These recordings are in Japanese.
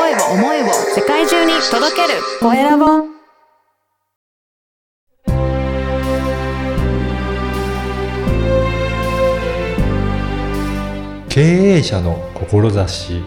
声を思いを世界中に届けるコエラボ。 経営者の志。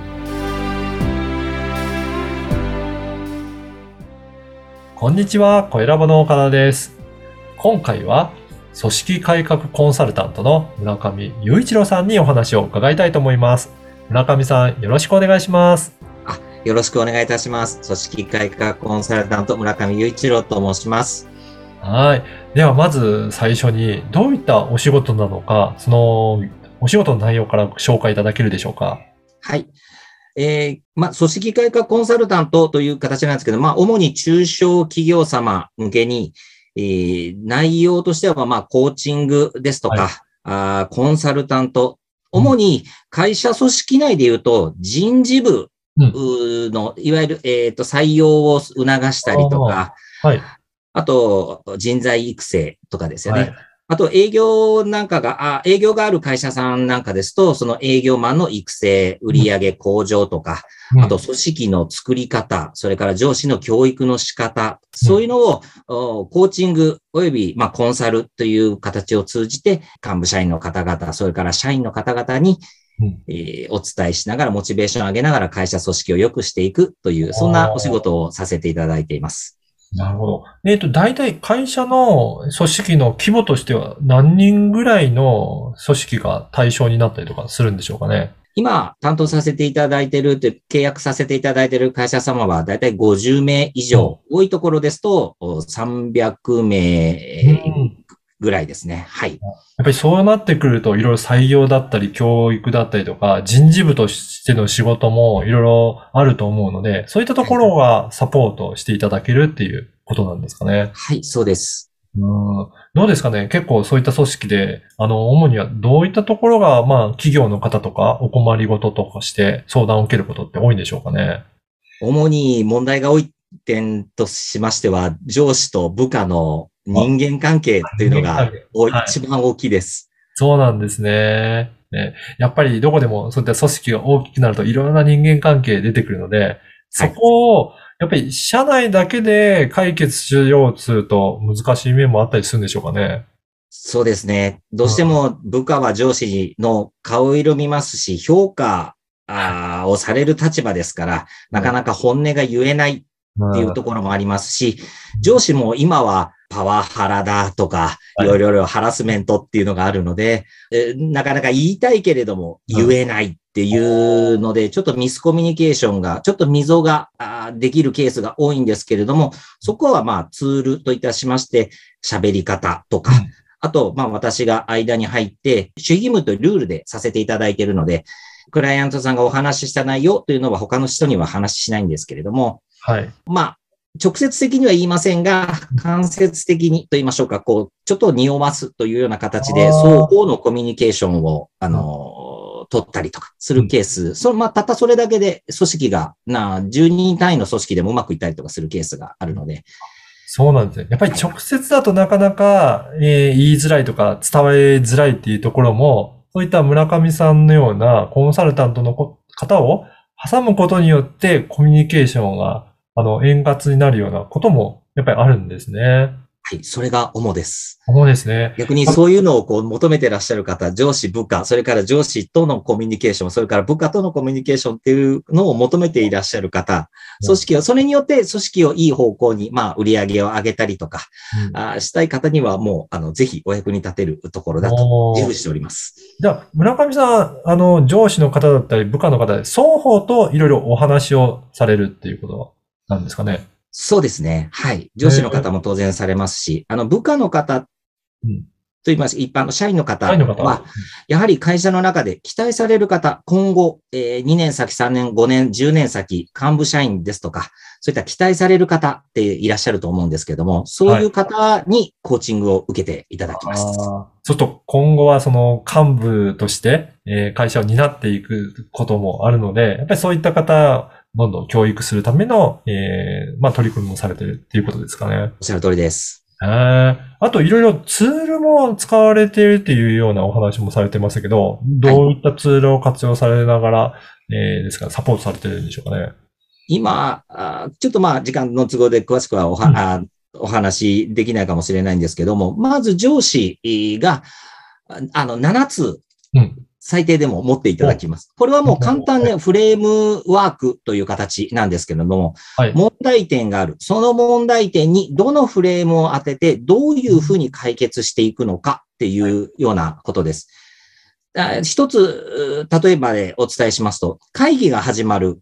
こんにちは、コエラボの岡田です。今回は組織改革コンサルタントの村上雄一郎さんにお話を伺いたいと思います。村上さん、よろしくお願いします。 よろしくお願いいたします。組織改革コンサルタント村上雄一郎と申します。 はい。ではまず最初にどういったお仕事なのか、そのお仕事の内容から紹介いただけるでしょうか。 はい。組織改革コンサルタントという形なんですけど、主に中小企業様向けに、内容としては、コーチングですとか、コンサルタント、主に会社組織内で言うと、人事部の、いわゆる、採用を促したりとか、あと、人材育成とかですよね。あと、営業がある会社さんなんかですと、その営業マンの育成、売上向上とか、あと、組織の作り方、それから上司の教育の仕方、そういうのを、コーチング及び、コンサルという形を通じて、幹部社員の方々、それから社員の方々に、お伝えしながら、モチベーションを上げながら会社組織を良くしていくという、そんなお仕事をさせていただいています。 なるほど。大体会社の組織の規模としては何人ぐらいの組織が対象になったりとかするんでしょうかね。 今、担当させていただいている、契約させていただいている会社様はだいたい50名以上、多いところですと300名ぐらいですね。はい。 やっぱりそうなってくると、いろいろ採用だったり、教育だったりとか、人事部としての仕事もいろいろあると思うので、そういったところがサポートしていただけるっていうことなんですかね。 はい、そうです。 どうですかね。結構そういった組織で、主にはどういったところが、企業の方とかお困りごととかして相談を受けることって多いんでしょうかね。 主に問題が多い点としましては、上司と部下の人間関係というのが一番大きいです。 そうなんですね。やっぱりどこでもそういった組織が大きくなるといろんな人間関係出てくるので、そこをやっぱり社内だけで解決しようとすると難しい面もあったりするんでしょうかね。 そうですね。どうしても部下は上司の顔色見ますし、評価をされる立場ですから、なかなか本音が言えないっていうところもありますし、上司も今はパワハラだとか、いろいろハラスメントっていうのがあるので、なかなか言いたいけれども言えないっていうので、ちょっとミスコミュニケーションが、ちょっと溝ができるケースが多いんですけれども、そこはツールといたしまして、喋り方とか、あと、私が間に入って、守秘義務というルールでさせていただいているので、クライアントさんがお話しした内容というのは他の人には話ししないんですけれども、直接的には言いませんが、間接的にと言いましょうか、ちょっと匂わすというような形で、双方のコミュニケーションを、取ったりとかするケース、たったそれだけで組織が、10人単位の組織でもうまくいったりとかするケースがあるので。 そうなんですね。やっぱり直接だとなかなか、言いづらいとか伝えづらいっていうところも、そういった村上さんのようなコンサルタントの方を挟むことによってコミュニケーションが円滑になるようなこともやっぱりあるんですね。 はい、それが主です。 主ですね。 逆にそういうのを求めてらっしゃる方、上司、部下、それから上司とのコミュニケーション、それから部下とのコミュニケーションっていうのを求めていらっしゃる方、組織を、それによって組織をいい方向に、売り上げを上げたりとか、したい方にはもう、ぜひお役に立てるところだと自負しております。 じゃあ、村上さん、上司の方だったり部下の方で、双方といろいろお話をされるっていうことなんですかね。 そうですね。はい。上司の方も当然されますし、部下の方と言います、一般の社員の方は、やはり会社の中で期待される方、今後、2年先、3年、5年、10年先、幹部社員ですとか、そういった期待される方っていらっしゃると思うんですけども、そういう方にコーチングを受けていただきます。 そうすると今後はその幹部として、会社を担っていくこともあるので、やっぱりそういった方、どんどん教育するための、取り組みもされているっていうことですかね。 おっしゃる通りです。 あといろいろツールも使われているっていうようなお話もされてましたけど、どういったツールを活用されながら、ですか、サポートされてるんでしょうかね。 今、ちょっと時間の都合で詳しくはお話できないかもしれないんですけども、まず上司が、7つ、最低でも持っていただきます。これはもう簡単ね、フレームワークという形なんですけれども、問題点がある。その問題点にどのフレームを当てて、どういうふうに解決していくのかっていうようなことです。一つ、例えばでお伝えしますと、会議が始まる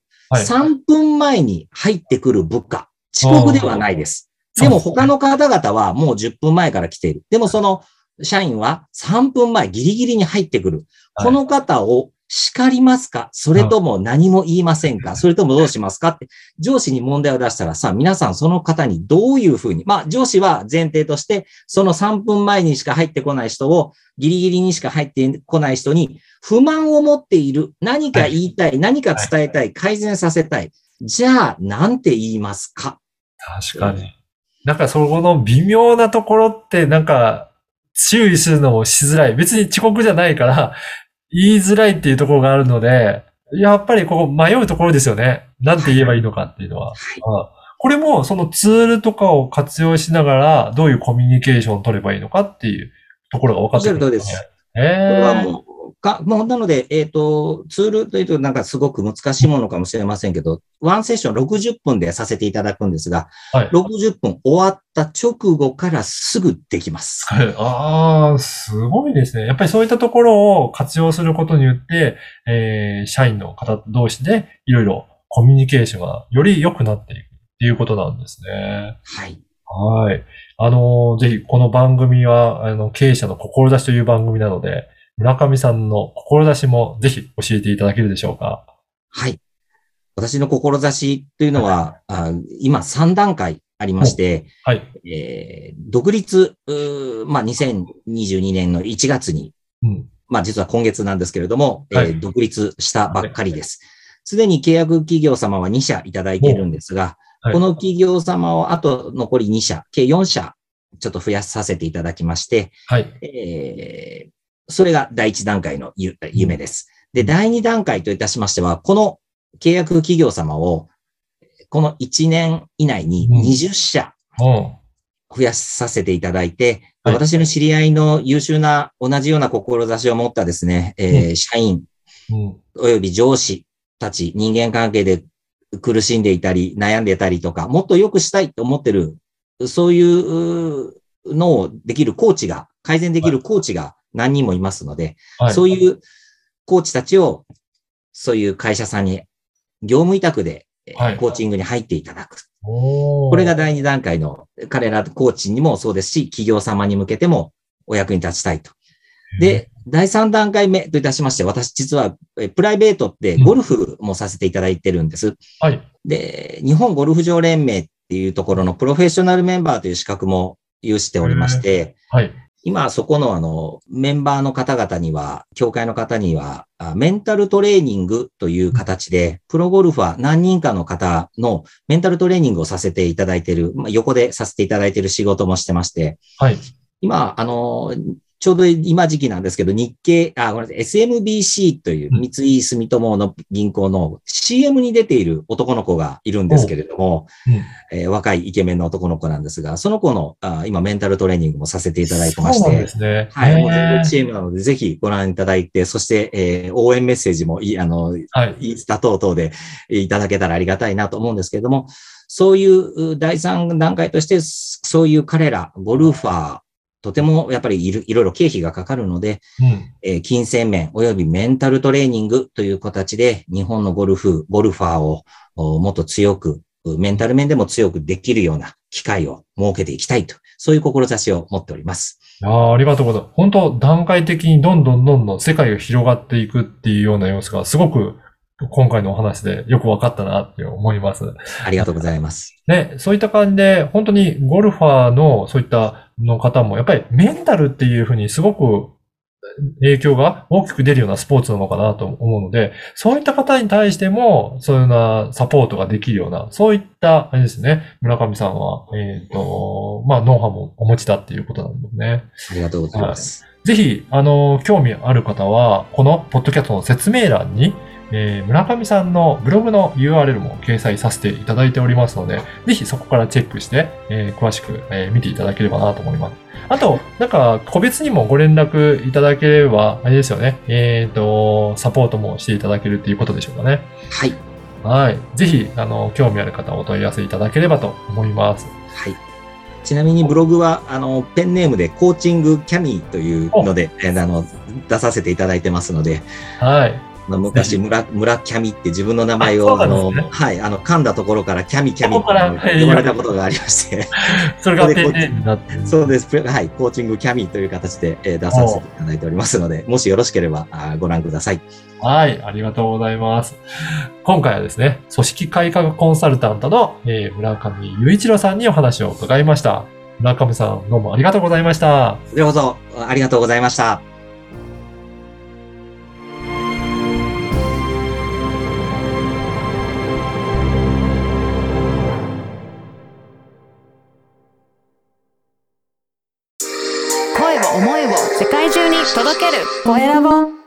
3分前に入ってくる部下、遅刻ではないです。でも他の方々はもう10分前から来ている。でもその社員は3分前ギリギリに入ってくる。この方を叱りますか？それとも何も言いませんか？それともどうしますかって上司に問題を出したらさ、皆さんその方にどういうふうに、上司は前提としてその3分前にしか入ってこない人をギリギリにしか入ってこない人に不満を持っている、何か言いたい、何か伝えたい、改善させたい。じゃあ、なんて言いますか？ 確かに。なんかそこの微妙なところってなんか注意するのもしづらい。別に遅刻じゃないから言いづらいっていうところがあるので、やっぱりここ迷うところですよね。なんて言えばいいのかっていうのは。これもそのツールとかを活用しながらどういうコミュニケーションを取ればいいのかっていうところが分かってくるんですね。 これはもうなので、ツールというとなんかすごく難しいものかもしれませんけど、ワンセッション60分でさせていただくんですが、60分終わった直後からすぐできます。 すごいですね。やっぱりそういったところを活用することによって、社員の方同士でいろいろコミュニケーションがより良くなっていくっていうことなんですね。はい。ぜひこの番組は、経営者の志という番組なので、村上さんの志もぜひ教えていただけるでしょうか。 はい。私の志というのは、今3段階ありまして、独立、2022年の1月に、実は今月なんですけれども、独立したばっかりです。すでに契約企業様は2社いただいているんですが、この企業様をあと残り2社、計4社ちょっと増やさせていただきまして、それが第1段階の夢です。で、第2段階といたしましては、この契約企業様を、この1年以内に20社増やさせていただいて、私の知り合いの優秀な同じような志を持ったですね、社員および上司たち、人間関係で苦しんでいたり、悩んでたりとか、もっと良くしたいと思ってる、そういうのをできるコーチが、改善できるコーチが何人もいますので、そういうコーチたちを、そういう会社さんに業務委託でコーチングに入っていただく。これが第2段階の彼らコーチにもそうですし、企業様に向けてもお役に立ちたいと。で、第3段階目といたしまして、私実はプライベートってゴルフもさせていただいてるんです。で、日本ゴルフ場連盟っていうところのプロフェッショナルメンバーという資格も有しておりまして、今そこのメンバーの方々には、協会の方には、メンタルトレーニングという形で、プロゴルファー何人かの方のメンタルトレーニングをさせていただいている、横でさせていただいている仕事もしてまして、今、ちょうど今時期なんですけど、ごめんなさい、SMBC という三井住友の銀行の CM に出ている男の子がいるんですけれども、若いイケメンの男の子なんですが、その子の今メンタルトレーニングもさせていただいてまして、もう全部チームなのでぜひご覧いただいて、そして、応援メッセージもインスタ等々でいただけたらありがたいなと思うんですけれども、そういう第3段階として、そういう彼ら、ゴルファー、とてもやっぱりいろいろ経費がかかるので、金銭面およびメンタルトレーニングという形で日本のゴルファーをもっと強く、メンタル面でも強くできるような機会を設けていきたいと、そういう志を持っております。 ありがとうございます。本当段階的にどんどん世界が広がっていくっていうような様子がすごく今回のお話でよく分かったなって思います。 ありがとうございます。 ね、そういった感じで、本当にゴルファーのそういったの方も、やっぱりメンタルっていうふうにすごく影響が大きく出るようなスポーツなのかなと思うので、そういった方に対しても、そういうようなサポートができるような、そういった、あれですね、村上さんは、ノウハウもお持ちだっていうことなんですね。 ありがとうございます。 ぜひ、興味ある方は、このポッドキャストの説明欄に、 村上さんのブログの URL も掲載させていただいておりますので、ぜひそこからチェックして、詳しく、見ていただければなと思います。あと、なんか、個別にもご連絡いただければ、あれですよね。サポートもしていただけるっていうことでしょうかね。 はい。 はい。ぜひ、興味ある方はお問い合わせいただければと思います。 はい。ちなみにブログは、ペンネームでコーチングキャミーというので、出させていただいてますので、 はい。 昔、村キャミって自分の名前を、はい、噛んだところからキャミって呼ばれたことがありまして。 それがペンネームになってる。 そうです。はい、コーチングキャミという形で出させていただいておりますので、もしよろしければご覧ください。 はい、ありがとうございます。今回はですね、組織改革コンサルタントの村上雄一郎さんにお話を伺いました。村上さん、どうもありがとうございました。 こちらこそありがとうございました。 声を思いを世界中に届けるコエラボ。